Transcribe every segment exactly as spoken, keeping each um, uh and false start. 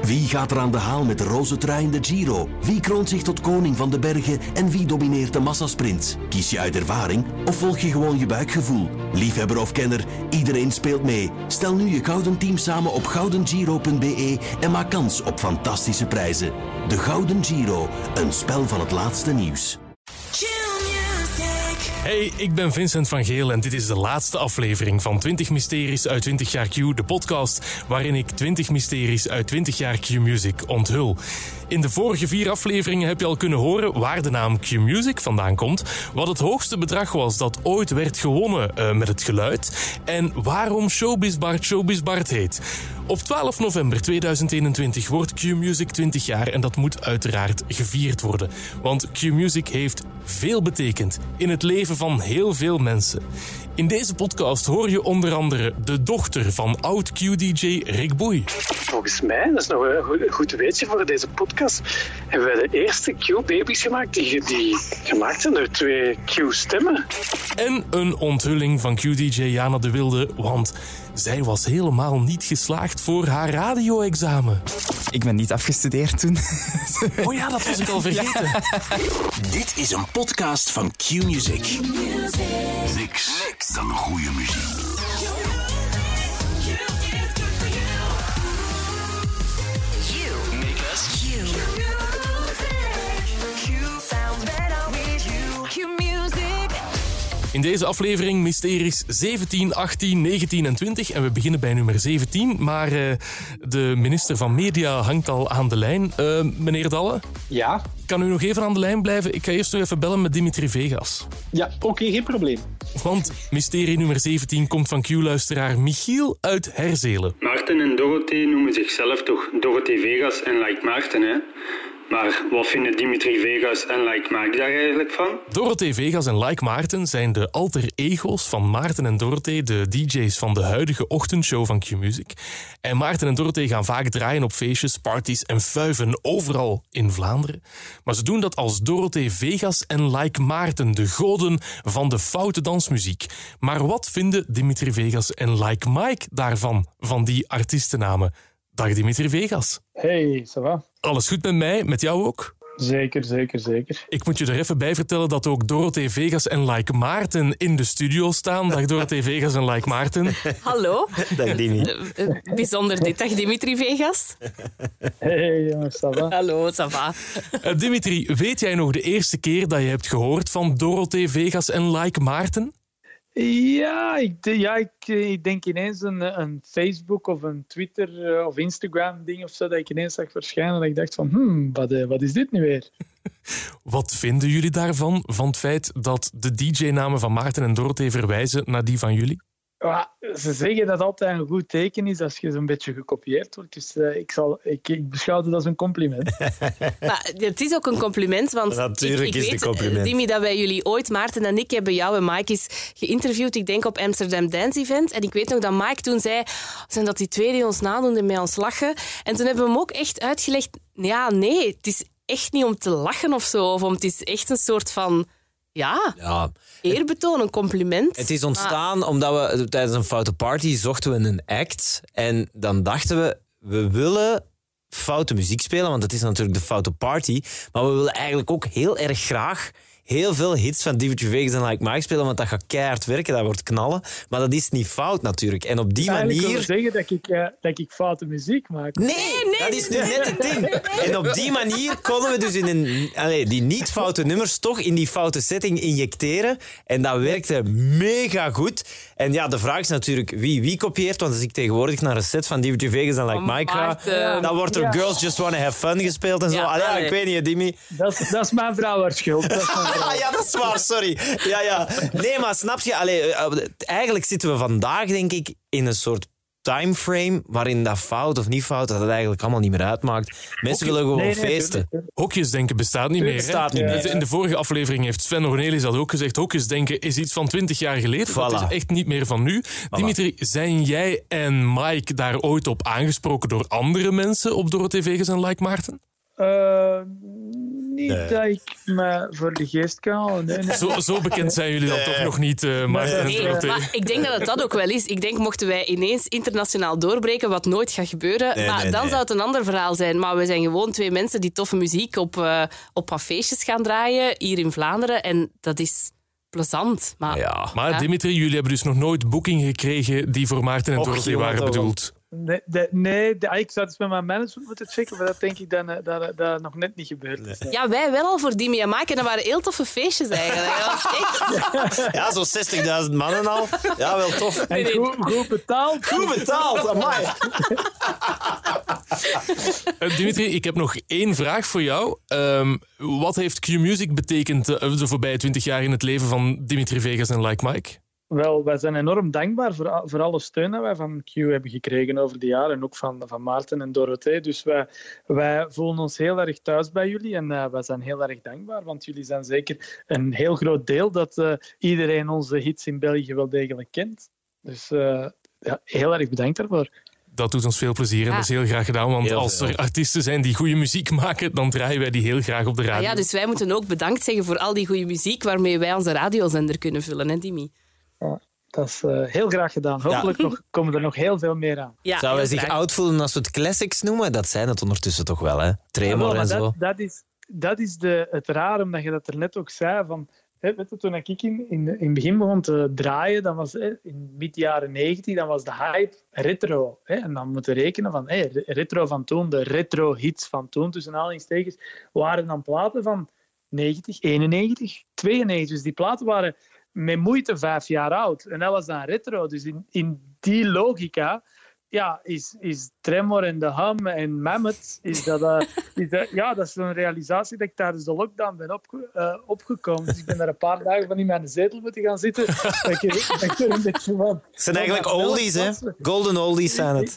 Wie gaat er aan de haal met de roze trui in de Giro? Wie kroont zich tot koning van de bergen en wie domineert de massasprint? Kies je uit ervaring of volg je gewoon je buikgevoel? Liefhebber of kenner, iedereen speelt mee. Stel nu je gouden team samen op gouden giro punt b e en maak kans op fantastische prijzen. De Gouden Giro, een spel van het laatste nieuws. Hey, ik ben Vincent van Geel en dit is de laatste aflevering van twintig Mysteries uit twintig jaar Q, de podcast waarin ik twintig mysteries uit twintig jaar Q-Music onthul. In de vorige vier afleveringen heb je al kunnen horen waar de naam Q-Music vandaan komt, wat het hoogste bedrag was dat ooit werd gewonnen uh, met het geluid en waarom Showbiz Bart Showbiz Bart heet. Op twaalf november tweeduizend eenentwintig wordt Q-Music twintig jaar en dat moet uiteraard gevierd worden. Want Q-Music heeft veel betekend in het leven van heel veel mensen. In deze podcast hoor je onder andere de dochter van oud-Q D J Rick Boei. Volgens mij, dat is nog een goed weetje voor deze podcast, hebben wij de eerste Q-baby's gemaakt die, die gemaakt zijn door twee Q-stemmen. En een onthulling van Q D J Jana de Wilde, want zij was helemaal niet geslaagd voor haar radio-examen. Ik ben niet afgestudeerd toen. Oh ja, dat was ik al vergeten. Ja. Dit is een podcast van Q-Music. Niks, niks dan goede muziek. In deze aflevering mysteries zeventien, achttien, negentien en twintig. En we beginnen bij nummer zeventien. Maar uh, de minister van Media hangt al aan de lijn. Uh, meneer Dalle? Ja? Kan u nog even aan de lijn blijven? Ik ga eerst nog even bellen met Dimitri Vegas. Ja, oké, okay, geen probleem. Want mysterie nummer zeventien komt van Q-luisteraar Michiel uit Herzelen. Maarten en Dorothee noemen zichzelf toch Dorothee Vegas en Like Maarten, hè? Maar wat vinden Dimitri Vegas en Like Mike daar eigenlijk van? Dorothee Vegas en Like Maarten zijn de alter ego's van Maarten en Dorothee, de D J's van de huidige ochtendshow van Q-Music. En Maarten en Dorothee gaan vaak draaien op feestjes, parties en fuiven overal in Vlaanderen. Maar ze doen dat als Dorothee Vegas en Like Maarten, de goden van de foute dansmuziek. Maar wat vinden Dimitri Vegas en Like Mike daarvan, van die artiestennamen? Dag Dimitri Vegas. Hey, ça va? Alles goed met mij? Met jou ook? Zeker, zeker, zeker. Ik moet je er even bij vertellen dat ook Dorothee Vegas en Like Maarten in de studio staan. Dag Dorothee Vegas en Like Maarten. Hallo. Dag Dimi. Uh, uh, bijzonder dit. Dag Dimitri Vegas. Hey jongens, ça va? Hallo, ça va. Uh, Dimitri, weet jij nog de eerste keer dat je hebt gehoord van Dorothee Vegas en Like Maarten? Ja, ik, ja ik, ik denk ineens een, een Facebook of een Twitter of Instagram ding of zo dat ik ineens zag verschijnen dat ik dacht van, hmm, wat, wat is dit nu weer? Wat vinden jullie daarvan, van het feit dat de D J-namen van Maarten en Dorothee verwijzen naar die van jullie? Ja, ze zeggen dat het altijd een goed teken is als je zo'n beetje gekopieerd wordt. Dus uh, ik, zal, ik, ik beschouw het als een compliment. Maar het is ook een compliment, want natuurlijk ik, ik is weet, het een compliment. Dimi, dat wij jullie ooit, Maarten en ik, hebben jou en Mike eens geïnterviewd, ik denk op Amsterdam Dance Event. En ik weet nog dat Mike toen zei, zijn dat die twee die ons nadoen en met ons lachen. En toen hebben we hem ook echt uitgelegd, ja, nee, het is echt niet om te lachen of zo. Of om, het is echt een soort van... Ja, ja, eerbetoon, een compliment. Het is ontstaan ah. omdat we tijdens een foute party zochten we een act. En dan dachten we, we willen foute muziek spelen, want het is natuurlijk de foute party. Maar we willen eigenlijk ook heel erg graag heel veel hits van Dimitri Vegas en Like Mike spelen, want dat gaat keihard werken, dat wordt knallen. Maar dat is niet fout natuurlijk. En op die Eigenlijk manier... Ik wil zeggen dat ik, uh, dat ik foute muziek maak. Nee, nee, dat is nu net het ding. En op die manier konden we dus in een, allez, die niet foute nummers toch in die foute setting injecteren. En dat werkte mega goed. En ja, de vraag is natuurlijk wie wie kopieert. Want als ik tegenwoordig naar een set van Dimitri Vegas en Like Mike ga, uh, dan wordt er ja. Girls Just Wanna Have Fun gespeeld en zo. Ja, allee, allee. Ik weet niet, Dimi. Dat is, dat is mijn vrouw haar schuld. Dat is mijn vrouw. Ja, dat is waar, sorry. Ja, ja. Nee, maar snap je? Allee, eigenlijk zitten we vandaag, denk ik, in een soort timeframe waarin dat fout of niet fout, dat het eigenlijk allemaal niet meer uitmaakt. Mensen willen gewoon nee, nee, feesten. Hokjesdenken bestaat niet meer. Bestaat niet meer. In de vorige aflevering heeft Sven Ornelis dat ook gezegd. Hokjesdenken is iets van twintig jaar geleden. Voilà. Dat is echt niet meer van nu. Voilà. Dimitri, zijn jij en Mike daar ooit op aangesproken door andere mensen op Dorothee Vegas en Like Maarten? Uh, niet Nee. dat ik me voor de geest kan halen. Nee, nee. Zo, zo bekend zijn jullie dan toch nog niet, uh, Maarten en Nee, Dorothee. maar ik denk dat het dat ook wel is. Ik denk, mochten wij ineens internationaal doorbreken, wat nooit gaat gebeuren, Nee, maar nee, dan nee. zou het een ander verhaal zijn. Maar we zijn gewoon twee mensen die toffe muziek op, uh, op wat feestjes gaan draaien, hier in Vlaanderen. En dat is plezant. Maar, Ja. Maar Ja. Dimitri, jullie hebben dus nog nooit boekingen gekregen die voor Maarten en Och, Dorothee jongen, waren toch wel. bedoeld. Nee, de, nee de, ik zou het met mijn management moeten checken, maar dat denk ik dat dat, dat, dat nog net niet gebeurd is. ja, wij wel al voor Dimi en Mike. En dat waren heel toffe feestjes eigenlijk. Dat was echt... Ja, zo'n zestigduizend mannen al. Ja, wel tof. En goed, goed betaald. Goed betaald, amai. Uh, Dimitri, ik heb nog één vraag voor jou. Um, wat heeft Q-Music betekend uh, de voorbije twintig jaar in het leven van Dimitri Vegas en Like Mike? Wel, wij zijn enorm dankbaar voor, voor alle steun dat wij van Q hebben gekregen over de jaren. En ook van, van Maarten en Dorothee. Dus wij, wij voelen ons heel erg thuis bij jullie. En uh, wij zijn heel erg dankbaar. Want jullie zijn zeker een heel groot deel dat uh, iedereen onze hits in België wel degelijk kent. Dus uh, ja, heel erg bedankt daarvoor. Dat doet ons veel plezier en Ja. dat is heel graag gedaan. Want Heel als veel. er artiesten zijn die goede muziek maken, dan draaien wij die heel graag op de radio. Ah ja, dus wij moeten ook bedankt zeggen voor al die goede muziek waarmee wij onze radiozender kunnen vullen, hè, Dimi? Ja, dat is uh, heel graag gedaan. Hopelijk nog, komen er nog heel veel meer aan. Ja, Zouden wij heel zich graag. oud voelen als we het classics noemen? Dat zijn het ondertussen toch wel, hè? Tremor Ja, wel, en maar zo. dat, dat is, dat is de, het raar, omdat je dat er net ook zei. Van, hè, weet je, toen ik in, in, in het begin begon te draaien, dan was, hè, in mid jaren negentig, dan was de hype retro. Hè, en dan moeten rekenen van hè, retro van toen, de retro-hits van toen, tussen aanhalingstekens, waren dan platen van negentig, eenennegentig, tweeënnegentig. Dus die platen waren met moeite vijf jaar oud. En dat was dan retro. Dus in, in die logica ja, is, is Tremor en de Hum en Mammoth, is dat, uh, is dat, ja, dat is een realisatie dat ik tijdens de lockdown ben opge, uh, opgekomen. Dus ik ben daar een paar dagen van in mijn zetel moeten gaan zitten. Dat ik, dat ik er een beetje van... Het zijn eigenlijk oldies, hè? Golden oldies zijn het.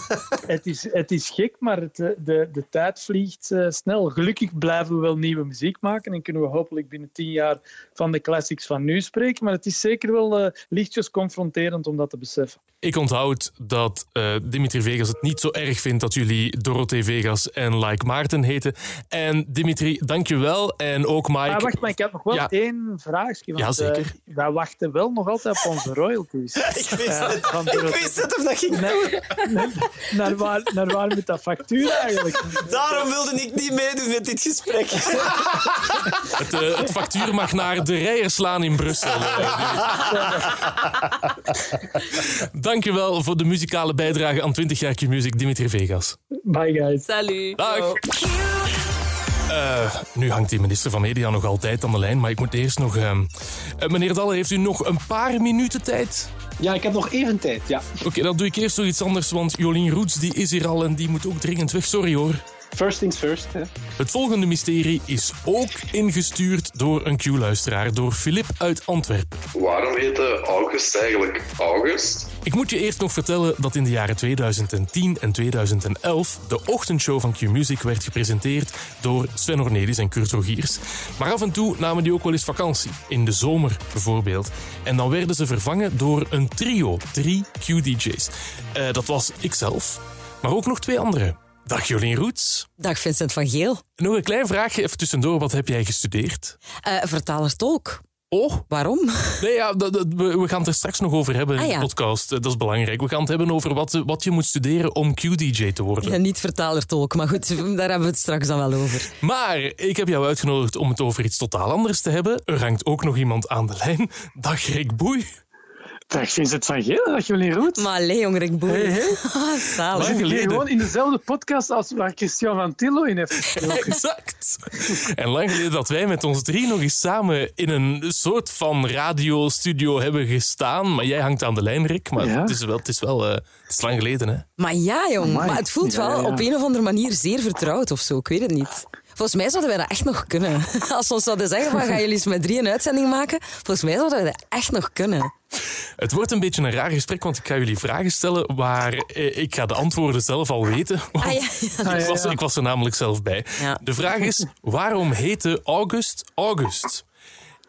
Het is, het is gek, maar het, de, de tijd vliegt uh, snel. Gelukkig blijven we wel nieuwe muziek maken en kunnen we hopelijk binnen tien jaar van de classics van nu spreken. Maar het is zeker wel uh, lichtjes confronterend om dat te beseffen. Ik onthoud dat uh, Dimitri Vegas het niet zo erg vindt dat jullie Dorothee Vegas en Like Maarten heten. En Dimitri, dank je wel. En ook Mike. Ah, wacht, maar ik heb nog wel Ja. één vraagje. Want, Ja, zeker. Uh, wij wachten wel nog altijd op onze royalties. Ik wist Uh, het. van Ik Dorothee. wist het of dat ging. Nee, nee, naar, waar, naar waar met dat factuur eigenlijk? Daarom wilde ik niet meedoen met dit gesprek. Het, uh, het factuur mag naar de Rijerslaan in Brussel. Dank je wel voor de muzikale bijdrage aan twintig jaar Q-Music, Dimitri Vegas. Bye guys. Salut. Dag. Uh, nu hangt die minister van Media nog altijd aan de lijn, maar ik moet eerst nog... Uh, uh, meneer Dalle, heeft u nog een paar minuten tijd? Ja, ik heb nog even tijd, ja. Oké, okay, dan doe ik eerst nog iets anders, want Jolien Roets die is hier al en die moet ook dringend weg. Sorry hoor. First things first, hè. Het volgende mysterie is ook ingestuurd door een Q-luisteraar, door Filip uit Antwerpen. Waarom heette August eigenlijk August? Ik moet je eerst nog vertellen dat in de jaren tweeduizend tien en tweeduizend elf de ochtendshow van Q-Music werd gepresenteed door Sven Ornedis en Kurt Rogiers. Maar af en toe namen die ook wel eens vakantie, in de zomer bijvoorbeeld. En dan werden ze vervangen door een trio, drie Q-D J's. Uh, dat was ikzelf, maar ook nog twee anderen. Dag Jolien Roets. Dag Vincent van Geel. Nog een klein vraagje even tussendoor. Wat heb jij gestudeerd? Uh, vertaler-tolk. Oh? Waarom? Nee, ja, dat, dat, we gaan het er straks nog over hebben in ah, de ja. podcast. Dat is belangrijk. We gaan het hebben over wat, wat je moet studeren om Q-D J te worden. Ja, niet vertaler-tolk, maar goed, daar hebben we het straks dan wel over. Maar ik heb jou uitgenodigd om het over iets totaal anders te hebben. Er hangt ook nog iemand aan de lijn. Dag Rick Boei. Dag Vincent van Geel, dag Jolien Roets. Maar Allee, jong, Rick Boei. Hey, hey. Ah, zalig. Lang geleden. Gewoon in dezelfde podcast als waar Christian van Tillo in heeft gesproken. Exact. En lang geleden dat wij met ons drie nog eens samen in een soort van radiostudio hebben gestaan. Maar jij hangt aan de lijn, Rick. Maar Ja. het is wel, het is wel uh, het is lang geleden, hè? Maar ja, jong. Amai. Maar het voelt Ja, wel ja. op een of andere manier zeer vertrouwd of zo. Ik weet het niet. Volgens mij zouden wij dat echt nog kunnen. Als we ons zouden zeggen, van, gaan jullie eens met drie een uitzending maken? Volgens mij zouden we dat echt nog kunnen. Het wordt een beetje een raar gesprek, want ik ga jullie vragen stellen waar eh, ik ga de antwoorden zelf al weten. Want Ah, ja, ja. ik, was, ik was er namelijk zelf bij. Ja. De vraag is, waarom heette August August?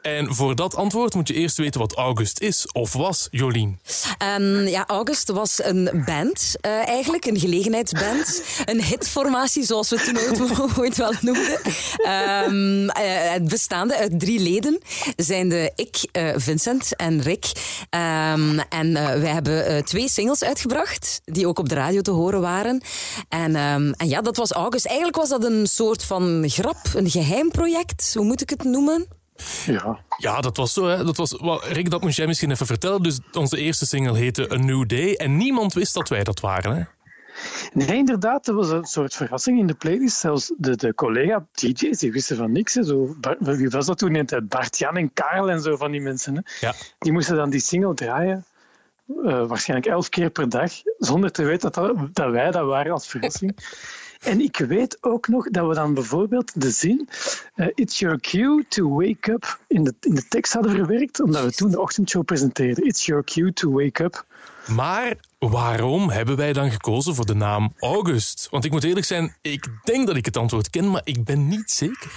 En voor dat antwoord moet je eerst weten wat August is of was, Jolien. Um, ja, August was een band, uh, eigenlijk, een gelegenheidsband. Een hitformatie, zoals we het toen ooit, ooit wel noemden. Um, uh, het bestaande uit drie leden zijn de ik, uh, Vincent en Rick. Um, en uh, wij hebben uh, twee singles uitgebracht, die ook op de radio te horen waren. En, um, en ja, dat was August. Eigenlijk was dat een soort van grap, een geheim project. Hoe moet ik het noemen? Ja. Ja, dat was zo. Hè. Dat was, well, Rick, dat moest jij misschien even vertellen. Dus onze eerste single heette A New Day. En niemand wist dat wij dat waren, hè? Nee, inderdaad. Dat was een soort verrassing in de playlist. Zelfs de, de collega-D J's, die wisten van niks. Hè. Zo, Bart, wie was dat toen in de tijd? Bart, Jan en Karel en zo van die mensen. Hè. Ja. Die moesten dan die single draaien. Uh, waarschijnlijk elf keer per dag. Zonder te weten dat, dat, dat wij dat waren als verrassing. En ik weet ook nog dat we dan bijvoorbeeld de zin uh, It's your cue to wake up in de, in de tekst hadden verwerkt, omdat we toen de ochtendshow presenteerden. It's your cue to wake up. Maar waarom hebben wij dan gekozen voor de naam August? Want ik moet eerlijk zijn, ik denk dat ik het antwoord ken, maar ik ben niet zeker.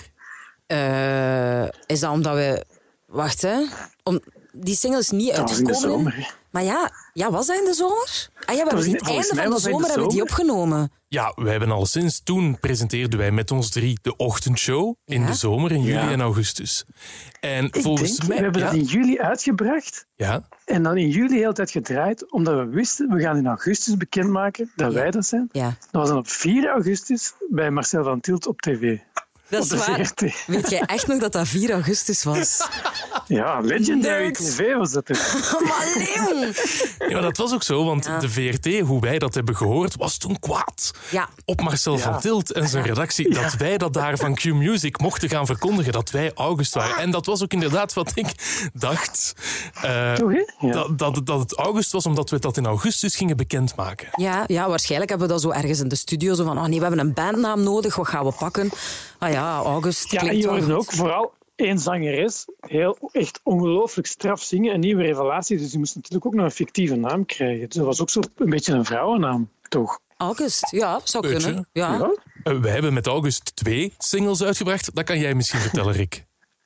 Uh, is dat omdat we... Wacht, hè. Om... Die single is niet uitgekomen. Dat was in de zomer. Maar ja, ja, was dat in de zomer? Ah ja, we hebben het einde van de zomer hebben we die opgenomen. Ja, wij hebben al sinds toen presenteerden wij met ons drie de ochtendshow in ja? de zomer, in juli ja. en augustus. En ik volgens denk, mij... We hebben ja. dat in juli uitgebracht. Ja. En dan in juli heel de tijd gedraaid, omdat we wisten, we gaan in augustus bekendmaken dat ja. wij dat zijn. Ja. Dat was dan op vier augustus bij Marcel van Tielt op tv. Dat is waar. Weet jij echt nog dat dat vier augustus was? Ja, Legendary Nerds. T V was dat. Ja, dat was ook zo, want ja. de V R T, hoe wij dat hebben gehoord, was toen kwaad. Ja. Op Marcel ja. van Tilt en zijn redactie, ja. dat wij dat daar van Q-Music mochten gaan verkondigen, dat wij August waren. En dat was ook inderdaad wat ik dacht. Uh, Toch, ja. dat, dat, dat het August was, omdat we dat in augustus gingen bekendmaken. Ja, ja, waarschijnlijk hebben we dat zo ergens in de studio, zo van, oh nee, we hebben een bandnaam nodig, wat gaan we pakken? Ah ja, August ja, klinkt wel goed. En ook vooral één zangeres, heel echt ongelooflijk straf zingen, een nieuwe revelatie, dus die moest natuurlijk ook nog een fictieve naam krijgen. Dus dat was ook zo een beetje een vrouwennaam, toch? August, ja, zou Beetje. kunnen. Ja. Ja? Uh, wij hebben met August twee singles uitgebracht. Dat kan jij misschien vertellen, Rick.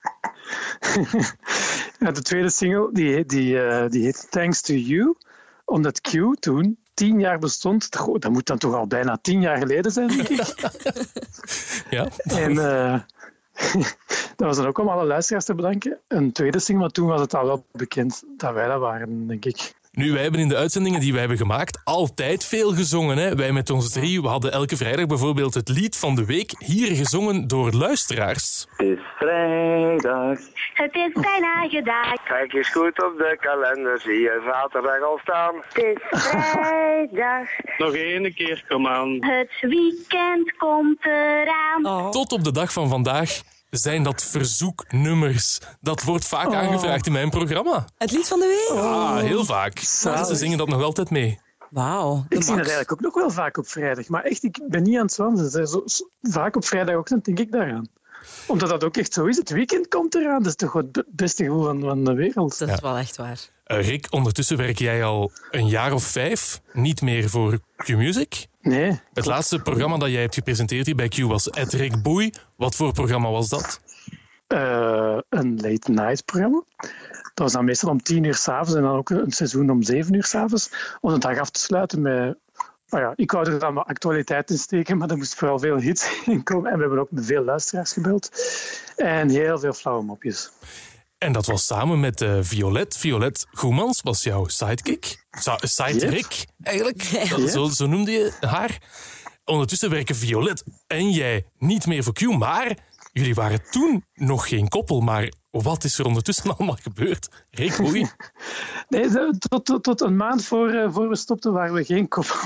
Ja, de tweede single die, die, uh, die heet Thanks to You, omdat Q toen tien jaar bestond. Dat moet dan toch al bijna tien jaar geleden zijn, denk ik. Ja. En uh, dat was dan ook om alle luisteraars te bedanken. Een tweede single, maar toen was het al wel bekend dat wij dat waren, denk ik. Nu, wij hebben in de uitzendingen die wij hebben gemaakt altijd veel gezongen. Hè? Wij met ons drie, we hadden elke vrijdag bijvoorbeeld het lied van de week hier gezongen door luisteraars. Het is vrijdag. Het is bijna gedag. Kijk eens goed op de kalender, zie je zaterdag al staan. Het is vrijdag. Nog één keer, kom aan. Het weekend komt eraan. Oh. Tot op de dag van vandaag zijn dat verzoeknummers. Dat wordt vaak oh. aangevraagd in mijn programma. Het lied van de week? Ah, heel vaak. Maar ze zingen dat nog altijd mee. Wauw. Ik zie dat eigenlijk ook nog wel vaak op vrijdag. Maar echt, ik ben niet aan het zwansen. Zo, zo, vaak op vrijdagochtend denk ik daaraan. Omdat dat ook echt zo is. Het weekend komt eraan. Dat is toch het beste gevoel van, van de wereld. Dat is ja. wel echt waar. Uh, Rick, ondertussen werk jij al een jaar of vijf niet meer voor Q-Music. Nee. Het klopt. Laatste programma dat jij hebt gepresenteerd hier bij Q was Het Rick Boei. Wat voor programma was dat? Uh, een late night programma. Dat was dan meestal om tien uur s'avonds en dan ook een seizoen om zeven uur s'avonds. Om de dag af te sluiten met... Oh ja, ik wou er dan maar actualiteit in steken, maar er moest vooral veel hits in komen. En we hebben ook met veel luisteraars gebeld. En heel veel flauwe mopjes. En dat was samen met uh, Violet. Violet Goemans was jouw sidekick. Sidekick, yep. eigenlijk. Yep. Zo, zo noemde je haar. Ondertussen werken Violet en jij niet meer voor Q, maar jullie waren toen nog geen koppel. Maar wat is er ondertussen allemaal gebeurd? Rick, oei. Nee, tot, tot, tot een maand voor, uh, voor we stopten waren we geen koppel.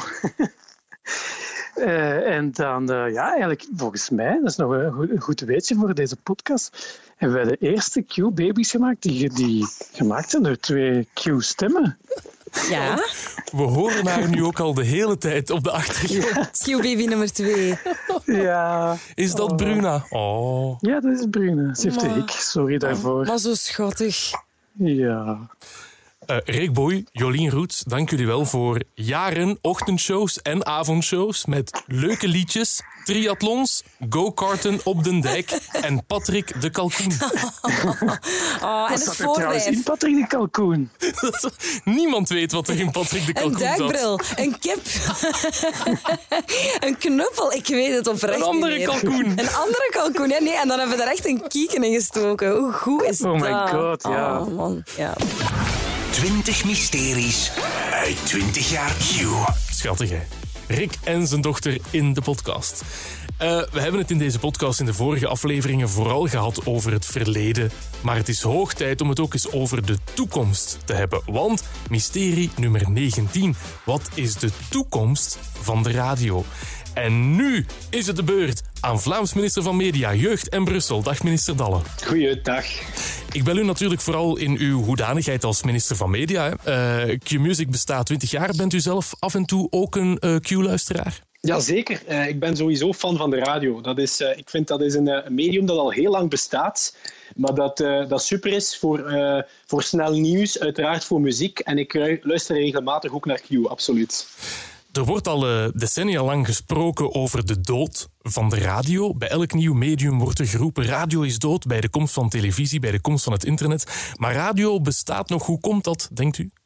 Uh, en dan, uh, ja, eigenlijk volgens mij, dat is nog een goed, een goed weetje voor deze podcast, hebben wij de eerste Q-baby's gemaakt die, die gemaakt zijn door twee Q-stemmen. Ja. We horen haar nu ook al de hele tijd op de achtergrond. Ja. Q-baby nummer twee. Ja. Is dat oh. Bruna? Oh. Ja, dat is Bruna. Ze heeft de hik. Sorry daarvoor. Maar zo schattig. Ja. Uh, Rick Boy, Jolien Roets, dank jullie wel voor jaren ochtendshows en avondshows met leuke liedjes, triathlons, go-karten op den dijk en Patrick de Kalkoen. Oh, en Wat het zat er trouwens voorwijf. in Patrick de Kalkoen? Niemand weet wat er in Patrick de Kalkoen Een zat. duikbril, een kip, een knuppel. Ik weet het oprecht Een andere niet meer. kalkoen. Een andere kalkoen, ja, nee. En dan hebben we daar echt een kieken in gestoken. Hoe goed is Oh dat? my god, ja. Oh, man, ja. twintig mysteries uit twintig jaar Q. Schattig, hè? Rick en zijn dochter in de podcast. Uh, we hebben het in deze podcast in de vorige afleveringen vooral gehad over het verleden. Maar het is hoog tijd om het ook eens over de toekomst te hebben. Want mysterie nummer negentien. Wat is de toekomst van de radio? En nu is het de beurt aan Vlaams minister van Media, Jeugd en Brussel. Dag minister Dalle. Goeiedag. Ik bel u natuurlijk vooral in uw hoedanigheid als minister van Media. Uh, Q-Music bestaat twintig jaar. Bent u zelf af en toe ook een uh, Q-luisteraar? Jazeker, uh, ik ben sowieso fan van de radio. Dat is, uh, ik vind dat is een, uh, een medium dat al heel lang bestaat, maar dat, uh, dat super is voor, uh, voor snel nieuws, uiteraard voor muziek. En ik uh, luister regelmatig ook naar Q, absoluut. Er wordt al uh, decennia lang gesproken over de dood van de radio. Bij elk nieuw medium wordt er geroepen radio is dood bij de komst van televisie, bij de komst van het internet. Maar radio bestaat nog. Hoe komt dat, denkt u?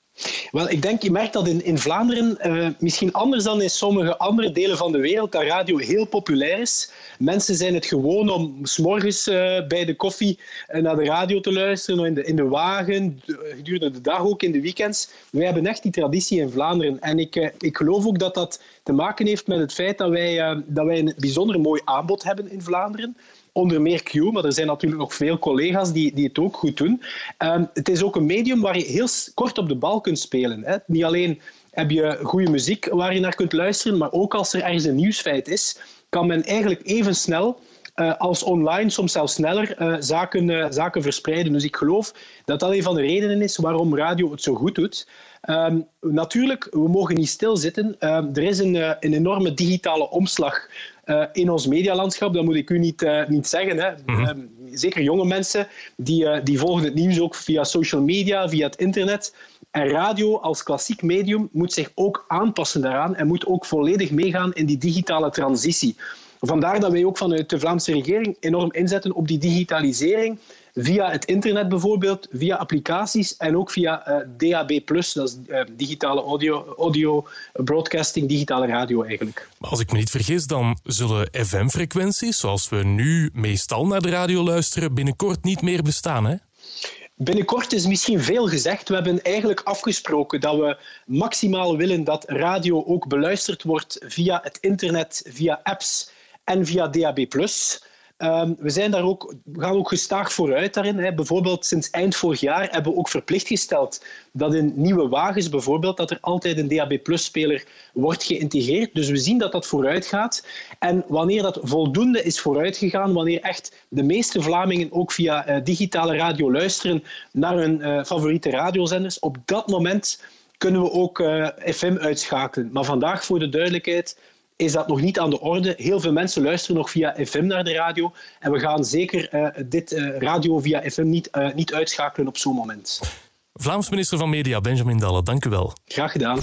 Wel, ik denk, je merkt dat in, in Vlaanderen, uh, misschien anders dan in sommige andere delen van de wereld, dat radio heel populair is. Mensen zijn het gewoon om 's morgens uh, bij de koffie uh, naar de radio te luisteren, in de, in de wagen, gedurende de dag ook, in de weekends. Wij hebben echt die traditie in Vlaanderen. En ik, uh, ik geloof ook dat dat te maken heeft met het feit dat wij, uh, dat wij een bijzonder mooi aanbod hebben in Vlaanderen. Onder meer Q, maar er zijn natuurlijk nog veel collega's die, die het ook goed doen. Um, het is ook een medium waar je heel kort op de bal kunt spelen. Hè. Niet alleen heb je goede muziek waar je naar kunt luisteren, maar ook als er ergens een nieuwsfeit is, kan men eigenlijk even snel uh, als online, soms zelfs sneller, uh, zaken, uh, zaken verspreiden. Dus ik geloof dat dat een van de redenen is waarom radio het zo goed doet. Um, natuurlijk, we mogen niet stilzitten. Um, er is een, uh, een enorme digitale omslag uh, in ons medialandschap. Dat moet ik u niet, uh, niet zeggen. Hè. Mm-hmm. Um, zeker jonge mensen, die, uh, die volgen het nieuws ook via social media, via het internet. En radio als klassiek medium moet zich ook aanpassen daaraan en moet ook volledig meegaan in die digitale transitie. Vandaar dat wij ook vanuit de Vlaamse regering enorm inzetten op die digitalisering. Via het internet bijvoorbeeld, via applicaties en ook via uh, D A B plus, dat is uh, digitale audio, audio, broadcasting, digitale radio eigenlijk. Maar als ik me niet vergis, dan zullen F M-frequenties, zoals we nu meestal naar de radio luisteren, binnenkort niet meer bestaan, hè? Binnenkort is misschien veel gezegd. We hebben eigenlijk afgesproken dat we maximaal willen dat radio ook beluisterd wordt via het internet, via apps en via D A B plus. Um, we, zijn daar ook, we gaan ook gestaag vooruit daarin. Hè. Bijvoorbeeld sinds eind vorig jaar hebben we ook verplicht gesteld dat in nieuwe wagens bijvoorbeeld dat er altijd een D A B plus speler wordt geïntegreerd. Dus we zien dat dat vooruit gaat. En wanneer dat voldoende is vooruitgegaan, wanneer echt de meeste Vlamingen ook via uh, digitale radio luisteren naar hun uh, favoriete radiozenders, op dat moment kunnen we ook uh, F M uitschakelen. Maar vandaag, voor de duidelijkheid, is dat nog niet aan de orde. Heel veel mensen luisteren nog via F M naar de radio. En we gaan zeker uh, dit uh, radio via F M niet, uh, niet uitschakelen op zo'n moment. Vlaams minister van Media, Benjamin Dalle, dank u wel. Graag gedaan.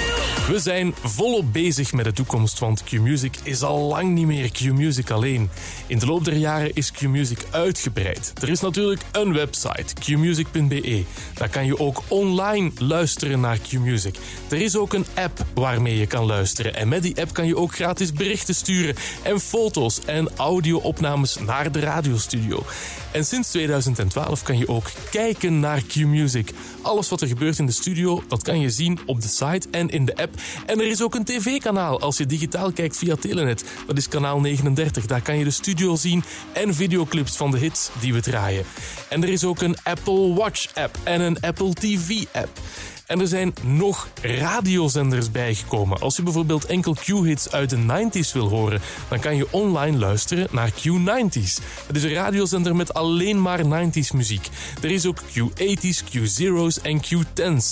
We zijn volop bezig met de toekomst, want Q-Music is al lang niet meer Q-Music alleen. In de loop der jaren is Q-Music uitgebreid. Er is natuurlijk een website, q music punt b e. Daar kan je ook online luisteren naar Q-Music. Er is ook een app waarmee je kan luisteren. En met die app kan je ook gratis berichten sturen en foto's en audio-opnames naar de radiostudio. En sinds tweeduizend twaalf kan je ook kijken naar Q-Music. Alles wat er gebeurt in de studio, dat kan je zien op de site en in de app. En er is ook een tv-kanaal als je digitaal kijkt via Telenet. Dat is kanaal negenendertig. Daar kan je de studio zien en videoclips van de hits die we draaien. En er is ook een Apple Watch-app en een Apple T V-app. En er zijn nog radiozenders bijgekomen. Als je bijvoorbeeld enkel Q-hits uit de negentig wil horen, dan kan je online luisteren naar Q negentig. Dat is een radiozender met alleen maar negentig muziek. Er is ook Q tachtig, Q zero's en Q tens.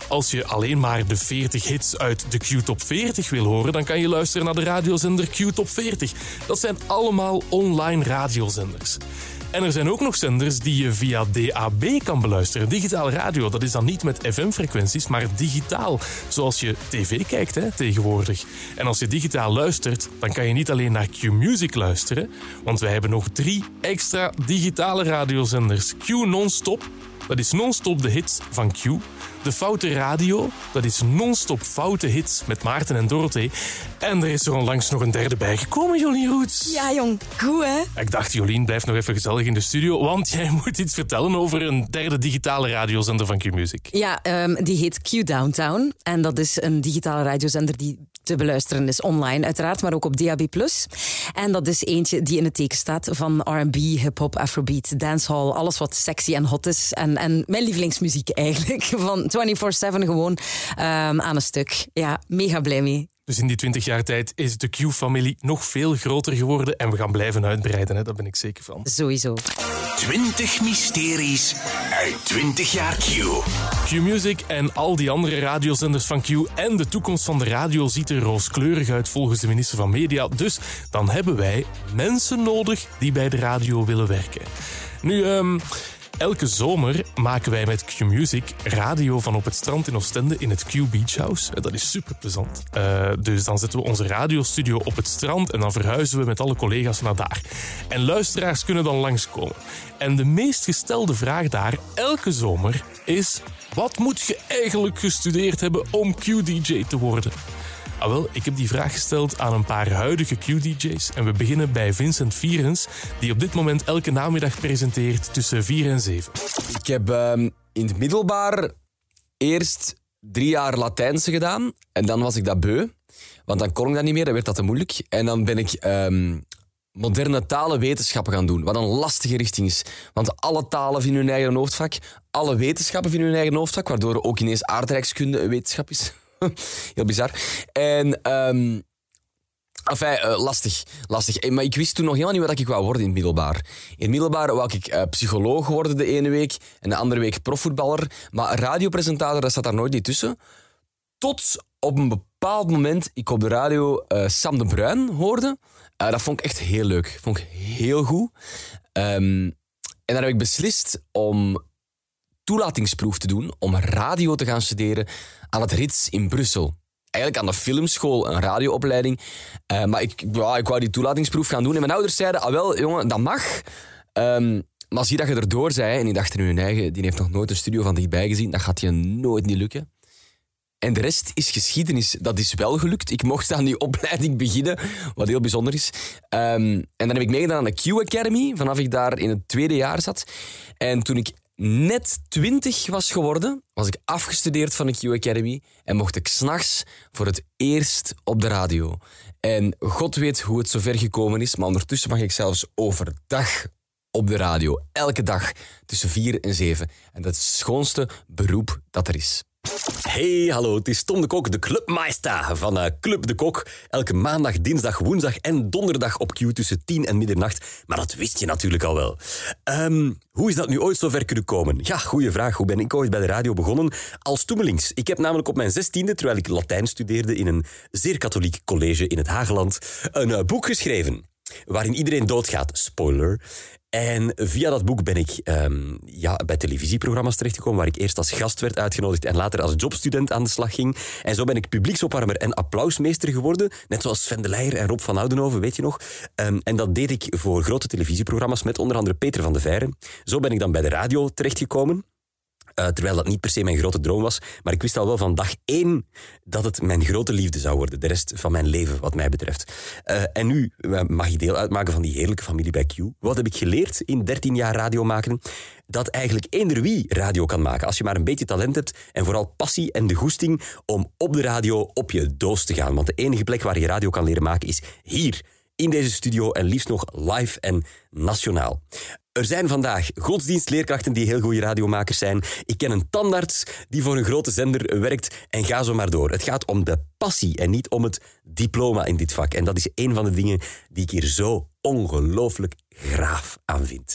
Als je alleen maar de veertig hits uit de Q Top veertig wil horen, dan kan je luisteren naar de radiozender Q Top veertig. Dat zijn allemaal online radiozenders. En er zijn ook nog zenders die je via D A B kan beluisteren. Digitale radio, dat is dan niet met F M-frequenties, maar digitaal. Zoals je tv kijkt hè, tegenwoordig. En als je digitaal luistert, dan kan je niet alleen naar Q-Music luisteren, want wij hebben nog drie extra digitale radiozenders. Q Non-Stop, dat is non-stop de hits van Q. De Foute Radio, dat is non-stop foute hits met Maarten en Dorothee. En er is er onlangs nog een derde bijgekomen, Jolien Roets. Ja, jong. Goed, hè? Ik dacht, Jolien, blijf nog even gezellig in de studio, want jij moet iets vertellen over een derde digitale radiozender van Q-Music. Ja, um, die heet Q Downtown. En dat is een digitale radiozender die te beluisteren is online, uiteraard, maar ook op D A B plus. En dat is eentje die in het teken staat van R en B, hip-hop, afrobeat, dancehall, alles wat sexy en hot is. En, en mijn lievelingsmuziek eigenlijk, van vierentwintig zeven gewoon um, aan een stuk. Ja, mega blij mee. Dus in die twintig jaar tijd is de Q-familie nog veel groter geworden en we gaan blijven uitbreiden, hè? Daar ben ik zeker van. Sowieso. twintig mysteries uit twintig jaar Q. Q-Music en al die andere radiozenders van Q en de toekomst van de radio ziet er rooskleurig uit volgens de minister van Media. Dus dan hebben wij mensen nodig die bij de radio willen werken. Nu, um, elke zomer maken wij met Q-Music radio van op het strand in Oostende in het Q Beach House. Dat is super plezant. Uh, dus dan zetten we onze radiostudio op het strand en dan verhuizen we met alle collega's naar daar. En luisteraars kunnen dan langskomen. En de meest gestelde vraag daar elke zomer is: wat moet je eigenlijk gestudeerd hebben om Q D J te worden? Ah wel, ik heb die vraag gesteld aan een paar huidige Q D J's en we beginnen bij Vincent Vierens, die op dit moment elke namiddag presenteert tussen vier en zeven. Ik heb um, in het middelbaar eerst drie jaar Latijnse gedaan en dan was ik dat beu, want dan kon ik dat niet meer, dan werd dat te moeilijk. En dan ben ik um, moderne talenwetenschappen gaan doen, wat een lastige richting is. Want alle talen vinden hun eigen hoofdvak, alle wetenschappen vinden hun eigen hoofdvak, waardoor ook ineens aardrijkskunde een wetenschap is. Heel bizar. En, um, enfin, uh, lastig. lastig. Maar ik wist toen nog helemaal niet wat ik wou worden in het middelbaar. In het middelbaar wou ik uh, psycholoog worden de ene week en de andere week profvoetballer. Maar radiopresentator, dat zat daar nooit niet tussen. Tot op een bepaald moment ik op de radio uh, Sam de Bruin hoorde. Uh, dat vond ik echt heel leuk. Vond ik heel goed. Um, en dan heb ik beslist om toelatingsproef te doen, om radio te gaan studeren aan het R I T S in Brussel. Eigenlijk aan de filmschool, een radioopleiding. Uh, maar ik, ja, ik wou die toelatingsproef gaan doen. En mijn ouders zeiden, ah wel, jongen, dat mag. Um, maar zie dat je erdoor zei. En die dachten nu hun eigen, die heeft nog nooit een studio van dichtbij gezien. Dat gaat je nooit niet lukken. En de rest is geschiedenis. Dat is wel gelukt. Ik mocht aan die opleiding beginnen, wat heel bijzonder is. Um, en dan heb ik meegedaan aan de Q Academy, vanaf ik daar in het tweede jaar zat. En toen ik net twintig was geworden, was ik afgestudeerd van de Q Academy en mocht ik 's nachts voor het eerst op de radio. En God weet hoe het zover gekomen is, maar ondertussen mag ik zelfs overdag op de radio. Elke dag tussen vier en zeven. En dat is het schoonste beroep dat er is. Hey, hallo, het is Tom de Kok, de Clubmeister van uh, Club de Kok. Elke maandag, dinsdag, woensdag en donderdag op Q tussen tien en middernacht. Maar dat wist je natuurlijk al wel. Um, hoe is dat nu ooit zo ver kunnen komen? Ja, goeie vraag. Hoe ben ik ooit bij de radio begonnen? Als toemelings. Ik heb namelijk op mijn zestiende, terwijl ik Latijn studeerde in een zeer katholiek college in het Hageland, een uh, boek geschreven waarin iedereen doodgaat. Spoiler. En via dat boek ben ik um, ja, bij televisieprogramma's terechtgekomen, waar ik eerst als gast werd uitgenodigd en later als jobstudent aan de slag ging. En zo ben ik publieksopwarmer en applausmeester geworden, net zoals Sven de Leijer en Rob van Oudenhoven, weet je nog. Um, en dat deed ik voor grote televisieprogramma's met onder andere Peter van de Veire. Zo ben ik dan bij de radio terechtgekomen. Uh, terwijl dat niet per se mijn grote droom was. Maar ik wist al wel van dag één dat het mijn grote liefde zou worden. De rest van mijn leven, wat mij betreft. Uh, en nu uh, mag ik deel uitmaken van die heerlijke familie bij Q. Wat heb ik geleerd in dertien jaar radio maken? Dat eigenlijk eender wie radio kan maken. Als je maar een beetje talent hebt en vooral passie en de goesting om op de radio op je doos te gaan. Want de enige plek waar je radio kan leren maken is hier, in deze studio en liefst nog live en nationaal. Er zijn vandaag godsdienstleerkrachten die heel goede radiomakers zijn. Ik ken een tandarts die voor een grote zender werkt en ga zo maar door. Het gaat om de passie en niet om het diploma in dit vak. En dat is een van de dingen die ik hier zo ongelooflijk graaf aan vind.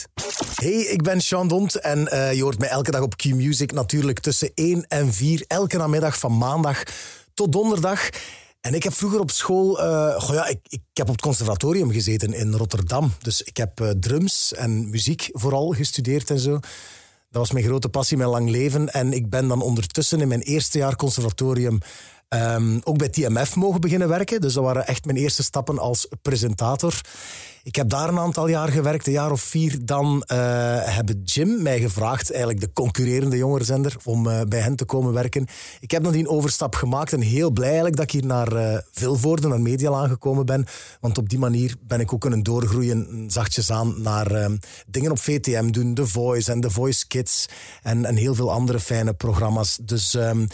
Hey, ik ben Sean Dont en uh, je hoort mij elke dag op Q-Music natuurlijk tussen één en vier, elke namiddag van maandag tot donderdag. En ik heb vroeger op school... Uh, goh ja, ik, ik heb op het conservatorium gezeten in Rotterdam. Dus ik heb uh, drums en muziek vooral gestudeerd en zo. Dat was mijn grote passie, mijn lang leven. En ik ben dan ondertussen in mijn eerste jaar conservatorium um, ook bij T M F mogen beginnen werken. Dus dat waren echt mijn eerste stappen als presentator. Ik heb daar een aantal jaar gewerkt, een jaar of vier. Dan uh, hebben Jim mij gevraagd, eigenlijk de concurrerende jongerenzender, om uh, bij hen te komen werken. Ik heb dan die overstap gemaakt en heel blij eigenlijk dat ik hier naar uh, Vilvoorde, naar Medialaan gekomen ben. Want op die manier ben ik ook kunnen doorgroeien, zachtjes aan, naar uh, dingen op V T M doen, The Voice en The Voice Kids en, en heel veel andere fijne programma's. Dus um,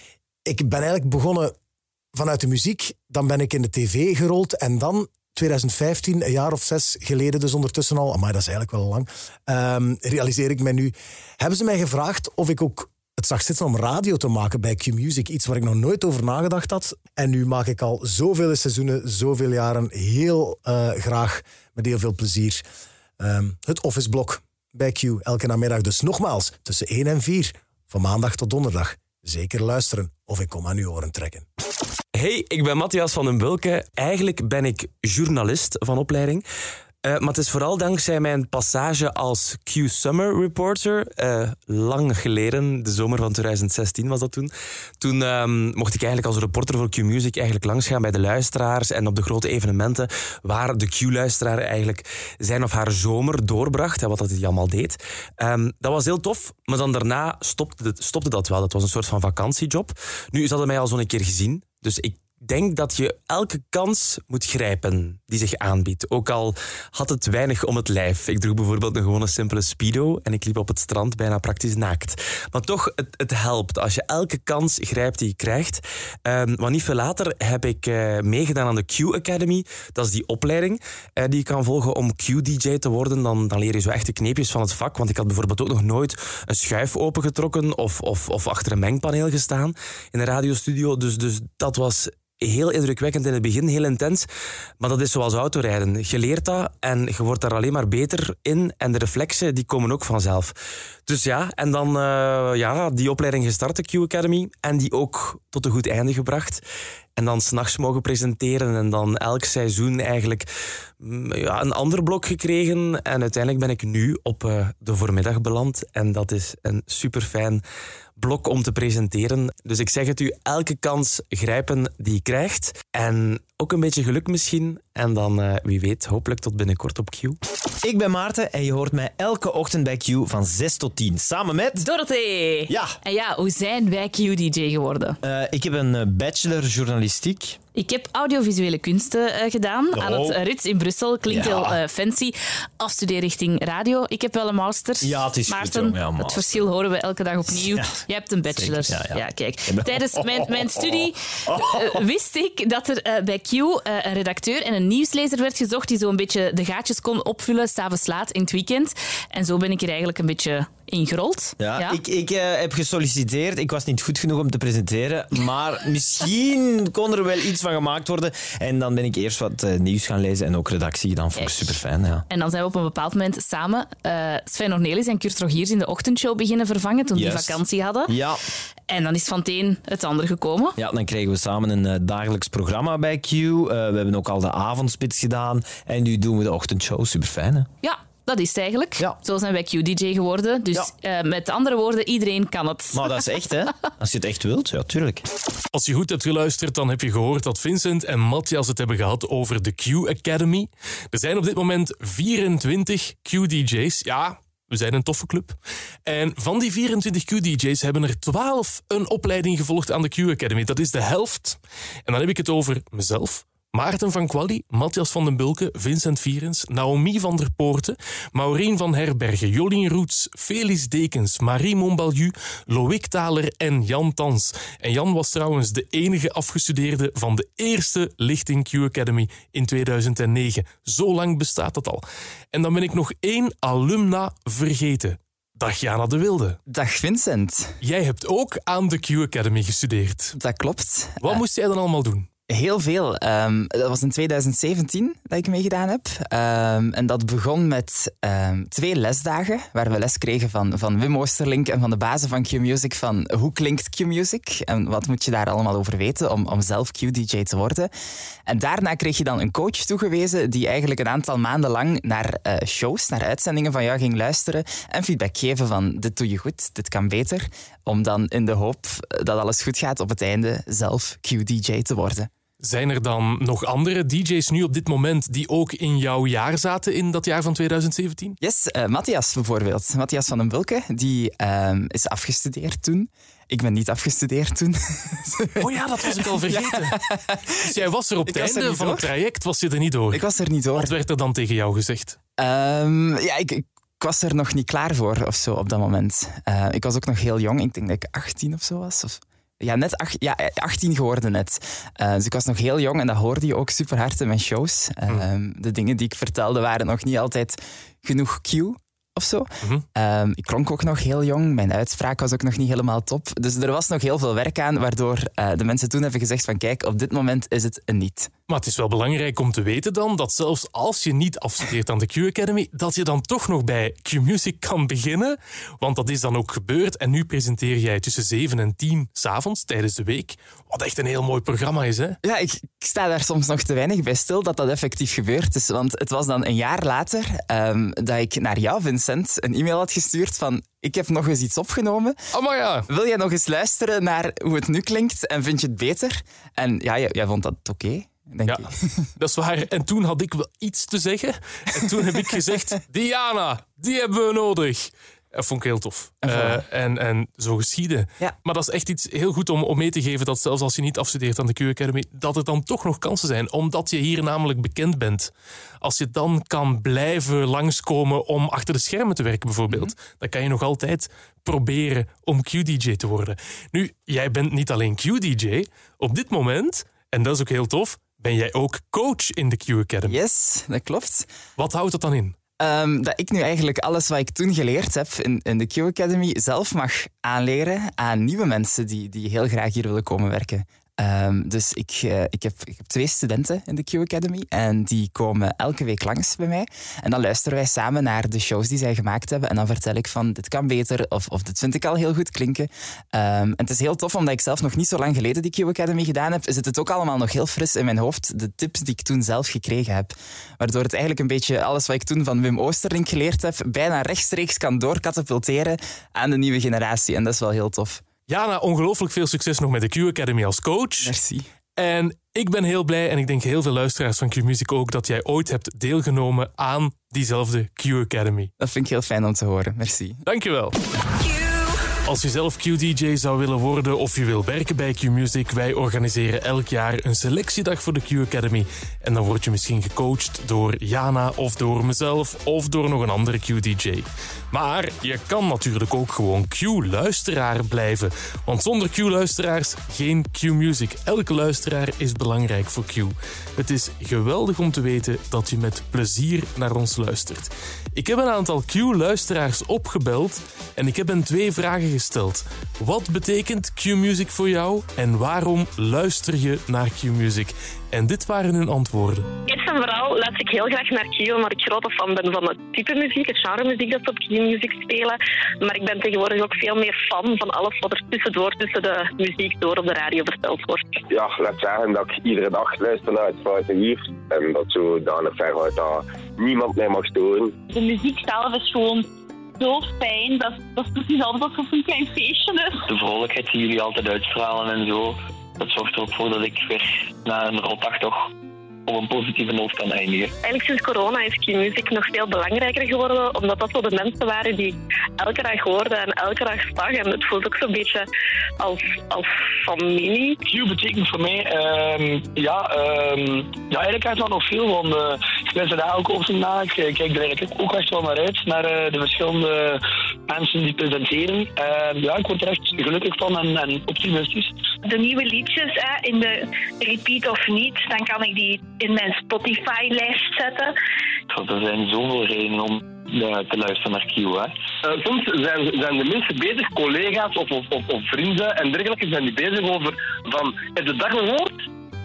ik ben eigenlijk begonnen vanuit de muziek, dan ben ik in de tv gerold en dan... twintig vijftien, een jaar of zes geleden dus ondertussen al, maar dat is eigenlijk wel lang, um, realiseer ik mij nu, hebben ze mij gevraagd of ik ook het zag zitten om radio te maken bij Q-Music, iets waar ik nog nooit over nagedacht had. En nu maak ik al zoveel seizoenen, zoveel jaren, heel uh, graag, met heel veel plezier, um, het Office Blok bij Q, elke namiddag. Dus nogmaals, tussen één en vier, van maandag tot donderdag. Zeker luisteren, of ik kom aan uw oren trekken. Hey, ik ben Matthias van den Bulke. Eigenlijk ben ik journalist van opleiding. Uh, maar het is vooral dankzij mijn passage als Q Summer Reporter. Uh, lang geleden, de zomer van twintig zestien was dat toen. Toen um, mocht ik eigenlijk als reporter voor Q-Music eigenlijk langsgaan bij de luisteraars en op de grote evenementen waar de Q-luisteraar eigenlijk zijn of haar zomer doorbracht, hè, wat dat hij allemaal deed. Um, dat was heel tof, maar dan daarna stopte, het, stopte dat wel. Dat was een soort van vakantiejob. Nu, ze hadden mij al zo'n keer gezien, dus ik denk dat je elke kans moet grijpen die zich aanbiedt. Ook al had het weinig om het lijf. Ik droeg bijvoorbeeld een gewone simpele speedo en ik liep op het strand bijna praktisch naakt. Maar toch, het, het helpt als je elke kans grijpt die je krijgt. Um, want niet veel later heb ik uh, meegedaan aan de Q Academy. Dat is die opleiding uh, die je kan volgen om Q D J te worden. Dan, dan leer je zo echt de kneepjes van het vak. Want ik had bijvoorbeeld ook nog nooit een schuif opengetrokken of, of, of achter een mengpaneel gestaan in een radiostudio. Dus, dus dat was heel indrukwekkend in het begin, heel intens. Maar dat is zoals autorijden. Je leert dat en je wordt daar alleen maar beter in. En de reflexen die komen ook vanzelf. Dus ja, en dan uh, ja, die opleiding gestart, de Q Academy. En die ook tot een goed einde gebracht. En dan 's nachts mogen presenteren. En dan elk seizoen eigenlijk ja, een ander blok gekregen. En uiteindelijk ben ik nu op uh, de voormiddag beland. En dat is een superfijn blok om te presenteren. Dus ik zeg het u, elke kans grijpen die je krijgt. En ook een beetje geluk misschien. En dan, uh, wie weet, hopelijk tot binnenkort op Q. Ik ben Maarten en je hoort mij elke ochtend bij Q van zes tot tien. Samen met... Dorothee! Ja. En ja, hoe zijn wij Q D J geworden? Uh, ik heb een bachelor journalistiek. Ik heb audiovisuele kunsten uh, gedaan Oh. aan het Rits in Brussel. Klinkt Ja. heel uh, fancy. Afstudeer richting radio. Ik heb wel een master. Ja, het is goed, Maarten, jong. Ja, het master. verschil horen we elke dag opnieuw. Ja. Jij hebt een bachelor. Zeker, ja, ja. kijk. Ik ben- Tijdens mijn, mijn studie uh, wist ik dat er uh, bij Q uh, een redacteur en een nieuwslezer werd gezocht die zo'n beetje de gaatjes kon opvullen s'avonds laat in het weekend. En zo ben ik er eigenlijk een beetje ingerold. Ja, ik, ik uh, heb gesolliciteerd. Ik was niet goed genoeg om te presenteren. Maar misschien kon er wel iets van gemaakt worden. En dan ben ik eerst wat uh, nieuws gaan lezen en ook redactie gedaan. Vond ik super fijn. Ja. En dan zijn we op een bepaald moment samen uh, Sven Ornelis en Kurt Rogiers in de ochtendshow beginnen vervangen toen Juist. die vakantie hadden. Ja. En dan is van het een het ander gekomen. Ja, dan kregen we samen een uh, dagelijks programma bij Q. Uh, we hebben ook al de avondspits gedaan. En nu doen we de ochtendshow. Super fijn, hè? Ja, dat is het eigenlijk. Ja. Zo zijn wij Q D J geworden. Dus uh, met andere woorden, iedereen kan het. Maar dat is echt, hè? Als je het echt wilt, ja, tuurlijk. Als je goed hebt geluisterd, dan heb je gehoord dat Vincent en Matthias het hebben gehad over de Q Academy. Er zijn op dit moment vierentwintig Q D J's. Ja, we zijn een toffe club. En van die vierentwintig Q D J's hebben er twaalf een opleiding gevolgd aan de Q Academy. Dat is de helft. En dan heb ik het over mezelf, Maarten van Quali, Matthias van den Bulke, Vincent Vierens, Naomi van der Poorten, Maureen van Herbergen, Jolien Roets, Félix Dekens, Marie Montbalieu, Loïc Thaler en Jan Tans. En Jan was trouwens de enige afgestudeerde van de eerste lichting Q Academy in tweeduizend negen. Zo lang bestaat dat al. En dan ben ik nog één alumna vergeten. Dag Jana de Wilde. Dag Vincent. Jij hebt ook aan de Q Academy gestudeerd. Dat klopt. Wat Uh, moest jij dan allemaal doen? Heel veel. Um, dat was in twintig zeventien dat ik meegedaan heb. Um, en dat begon met um, twee lesdagen, waar we les kregen van, van Wim Oosterlink en van de bazen van Q-Music, van hoe klinkt Q-Music en wat moet je daar allemaal over weten om, om zelf Q-D J te worden. En daarna kreeg je dan een coach toegewezen die eigenlijk een aantal maanden lang naar uh, shows, naar uitzendingen van jou ging luisteren en feedback geven van dit doe je goed, dit kan beter, om dan in de hoop dat alles goed gaat op het einde zelf Q-D J te worden. Zijn er dan nog andere D J's nu op dit moment die ook in jouw jaar zaten in dat jaar van twintig zeventien? Yes, uh, Matthias bijvoorbeeld. Matthias van den Bulke, die uh, is afgestudeerd toen. Ik ben niet afgestudeerd toen. Oh ja, dat was ik al vergeten. Ja. Dus jij was er op het einde van het traject, was je er niet door? Ik was er niet door. Wat werd er dan tegen jou gezegd? Um, ja, ik, ik was er nog niet klaar voor of zo op dat moment. Uh, ik was ook nog heel jong. Ik denk dat ik achttien of zo was. Of... Ja, net ach, ja, achttien geworden net. Uh, dus ik was nog heel jong en dat hoorde je ook super hard in mijn shows. Uh, mm. De dingen die ik vertelde waren nog niet altijd genoeg cue of zo. Mm-hmm. Uh, ik klonk ook nog heel jong. Mijn uitspraak was ook nog niet helemaal top. Dus er was nog heel veel werk aan, waardoor uh, de mensen toen hebben gezegd van kijk, op dit moment is het een niet. Maar het is wel belangrijk om te weten dan dat zelfs als je niet afstudeert aan de Q Academy, dat je dan toch nog bij Q-Music kan beginnen. Want dat is dan ook gebeurd. En nu presenteer jij tussen zeven en tien 's avonds tijdens de week. Wat echt een heel mooi programma is, hè? Ja, ik, ik sta daar soms nog te weinig bij stil dat dat effectief gebeurd is. Want het was dan een jaar later um, dat ik naar jou, Vincent, een e-mail had gestuurd van ik heb nog eens iets opgenomen. Oh, maar ja. Wil jij nog eens luisteren naar hoe het nu klinkt en vind je het beter? En ja, jij, jij vond dat oké. Okay. Denk ja, ik. Dat is waar. En toen had ik wel iets te zeggen. En toen heb ik gezegd, Diana, die hebben we nodig. Dat vond ik heel tof. En, uh, en, en zo geschieden. Ja. Maar dat is echt iets heel goed om, om mee te geven dat zelfs als je niet afstudeert aan de Q Academy, dat er dan toch nog kansen zijn. Omdat je hier namelijk bekend bent. Als je dan kan blijven langskomen om achter de schermen te werken bijvoorbeeld, mm-hmm. dan kan je nog altijd proberen om Q-D J te worden. Nu, jij bent niet alleen Q-D J. Op dit moment, en dat is ook heel tof, ben jij ook coach in de Q Academy. Yes, dat klopt. Wat houdt dat dan in? Um, dat ik nu eigenlijk alles wat ik toen geleerd heb in, in de Q Academy zelf mag aanleren aan nieuwe mensen die, die heel graag hier willen komen werken. Um, dus ik, uh, ik, heb, ik heb twee studenten in de Q Academy en die komen elke week langs bij mij. En dan luisteren wij samen naar de shows die zij gemaakt hebben en dan vertel ik van dit kan beter of, of dit vind ik al heel goed klinken. Um, en het is heel tof, omdat ik zelf nog niet zo lang geleden die Q Academy gedaan heb, zit het ook allemaal nog heel fris in mijn hoofd, de tips die ik toen zelf gekregen heb. Waardoor het eigenlijk een beetje alles wat ik toen van Wim Oosterlink geleerd heb, bijna rechtstreeks kan doorkatapulteren aan de nieuwe generatie. En dat is wel heel tof. Jana, ongelooflijk veel succes nog met de Q Academy als coach. Merci. En ik ben heel blij, en ik denk heel veel luisteraars van Q-Music ook, dat jij ooit hebt deelgenomen aan diezelfde Q Academy. Dat vind ik heel fijn om te horen. Merci. Dankjewel. Als je zelf Q-D J zou willen worden of je wil werken bij Q-Music, wij organiseren elk jaar een selectiedag voor de Q Academy. En dan word je misschien gecoacht door Jana of door mezelf of door nog een andere Q-D J. Maar je kan natuurlijk ook gewoon Q-luisteraar blijven. Want zonder Q-luisteraars geen Q-Music. Elke luisteraar is belangrijk voor Q. Het is geweldig om te weten dat je met plezier naar ons luistert. Ik heb een aantal Q-luisteraars opgebeld en ik heb hen twee vragen gesteld. Wat betekent Q-Music voor jou en waarom luister je naar Q-Music? En dit waren hun antwoorden. Eerst en vooral luister ik heel graag naar Q, omdat ik grote fan ben van het type muziek, het genre muziek dat ze op Q-Music spelen. Maar ik ben tegenwoordig ook veel meer fan van alles wat er tussendoor, tussen de muziek door op de radio verteld wordt. Ja, laat zeggen dat ik iedere dag luister naar het Foute Hier. En dat zodanig ver uit dat niemand mij mag storen. De muziek zelf is gewoon zo fijn. Dat, dat is precies altijd alsof het een klein feestje is. De vrolijkheid die jullie altijd uitstralen en zo, dat zorgt er ook voor dat ik weer na een rotdag toch op een positieve noot kan eindigen. Eigenlijk sinds corona is Q-Music nog veel belangrijker geworden, omdat dat zo de mensen waren die elke dag hoorden en elke dag zag. En het voelt ook zo'n beetje als, als familie. Q betekent voor mij, um, ja, um, ja, eigenlijk uit wel nog veel, want uh, ik luister daar ook over na. Ik kijk er eigenlijk ook echt wel naar uit, naar uh, de verschillende mensen die presenteren. Uh, ja, ik word er echt gelukkig van en, en optimistisch. De nieuwe liedjes hè, in de repeat of niet, dan kan ik die in mijn Spotify-lijst zetten. Er zijn zoveel redenen om uh, te luisteren naar Q. Hè. Uh, soms zijn, zijn de mensen bezig, collega's of, of, of, of vrienden en dergelijke, zijn die bezig over van, heb je dat gehoord?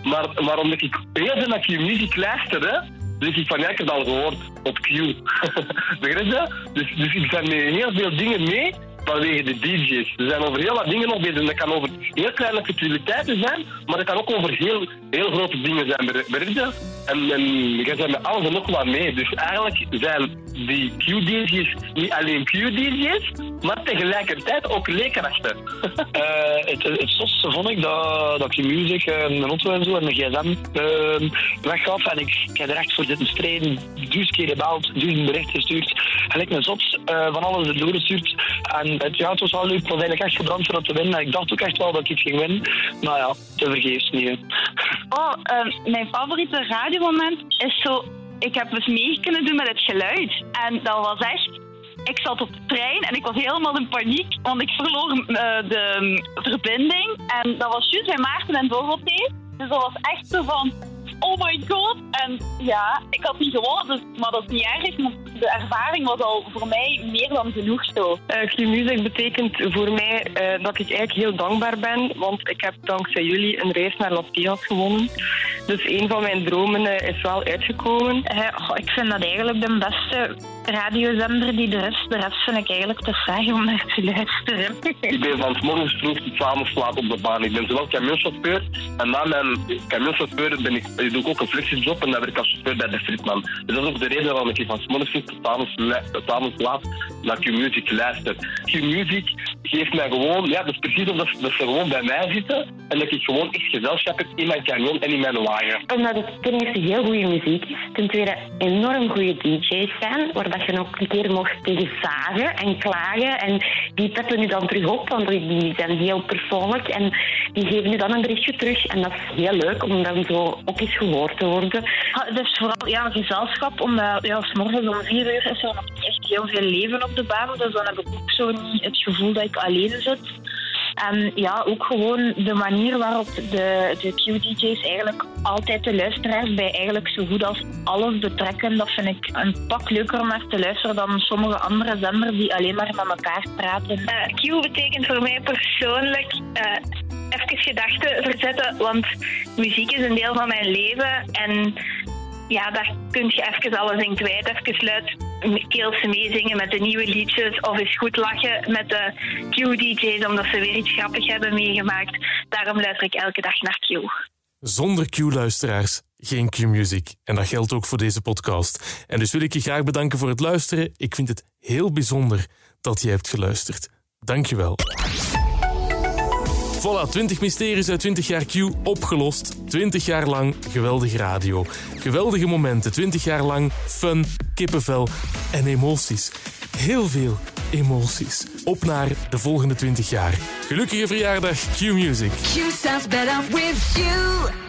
Maar, maar omdat ik heel veel naar Q-Music luisterde, denk ik van ja, ik heb het al gehoord op Q. Begrijp je? Dus, dus ik ben met heel veel dingen mee vanwege de D J's. Er zijn over heel wat dingen nog bezig. Dat kan over heel kleine futiliteiten zijn, maar dat kan ook over heel, heel grote dingen zijn. Begrijp je? En, en jij zijn met alles en nog wat mee. Dus eigenlijk zijn die Q-D J's niet alleen Q-D J's, maar tegelijkertijd ook leerkrachten. uh, het, het zotste vond ik dat, dat Q-Music uh, mijn auto en zo en mijn gsm uh, weggaf. En ik, ik heb er echt voor zitten strijden, duizend keer gebeld, duizend berichten gestuurd. En ik me zot uh, van alles erdoor gestuurd. En het, ja, het was wel leuk, het was eigenlijk echt gebrand voor dat te winnen. En ik dacht ook echt wel dat ik iets ging winnen. Maar ja, te vergeefs niet. Hè. Oh, uh, mijn favoriete radiomoment is zo... Ik heb dus mee kunnen doen met het geluid. En dat was echt... Ik zat op de trein en ik was helemaal in paniek, want ik verloor uh, de um, verbinding. En dat was juist bij Maarten en Dorothee. Dus dat was echt zo van... Oh my god. En ja, ik had niet gewonnen, dus, maar dat is niet erg. Want de ervaring was al voor mij meer dan genoeg zo. Uh, Q-Music betekent voor mij uh, dat ik eigenlijk heel dankbaar ben. Want ik heb dankzij jullie een reis naar Las Vegas gewonnen. Dus een van mijn dromen uh, is wel uitgekomen. Uh, oh, ik vind dat eigenlijk de beste radiozender die er is. De rest vind ik eigenlijk te saai om naar te luisteren. Ik ben van 's morgens vroeg tot 's avonds laat op de baan. Ik ben zowel camionchauffeur en na mijn camionchauffeur ben ik, ik doe ik ook een flexiejob en dan werk ik als chauffeur bij de Frietman. Dus dat is ook de reden waarom ik van 's morgens vroeg tot 's avonds, tot 's avonds laat naar Q-Music luister. Q-Music geeft mij gewoon, ja, dat is precies omdat dat ze gewoon bij mij zitten en dat ik gewoon echt gezelschap heb in mijn camion en in mijn wagen. Omdat het ten eerste heel goede muziek is, ten tweede enorm goede D J's zijn, waar dat je nog een keer mocht tegen zagen en klagen. En die peppen nu dan terug op, want die zijn heel persoonlijk en die geven nu dan een berichtje terug. En dat is heel leuk om dan zo ook eens gehoord te worden. Ja, het is vooral ja, gezelschap, omdat ja, 's morgens om vier uur is er nog echt heel veel leven op de baan. Dus dan heb ik ook zo niet het gevoel dat ik alleen zit. En ja, ook gewoon de manier waarop de, de Q-D J's eigenlijk altijd de luisteraars bij eigenlijk zo goed als alles betrekken. Dat vind ik een pak leuker om naar te luisteren dan sommige andere zenders die alleen maar met elkaar praten. Uh, Q betekent voor mij persoonlijk uh, even gedachten verzetten, want muziek is een deel van mijn leven. En ja, daar kun je even alles in kwijt. Even luid keels meezingen met de nieuwe liedjes of eens goed lachen met de Q-D J's omdat ze weer iets grappigs hebben meegemaakt. Daarom luister ik elke dag naar Q. Zonder Q-luisteraars geen Q-Music. En dat geldt ook voor deze podcast. En dus wil ik je graag bedanken voor het luisteren. Ik vind het heel bijzonder dat je hebt geluisterd. Dank je wel. Voilà, twintig mysteries uit twintig jaar Q opgelost. twintig jaar lang geweldige radio. Geweldige momenten, twintig jaar lang fun, kippenvel en emoties. Heel veel emoties. Op naar de volgende twintig jaar. Gelukkige verjaardag Q-Music. Q sounds better with you.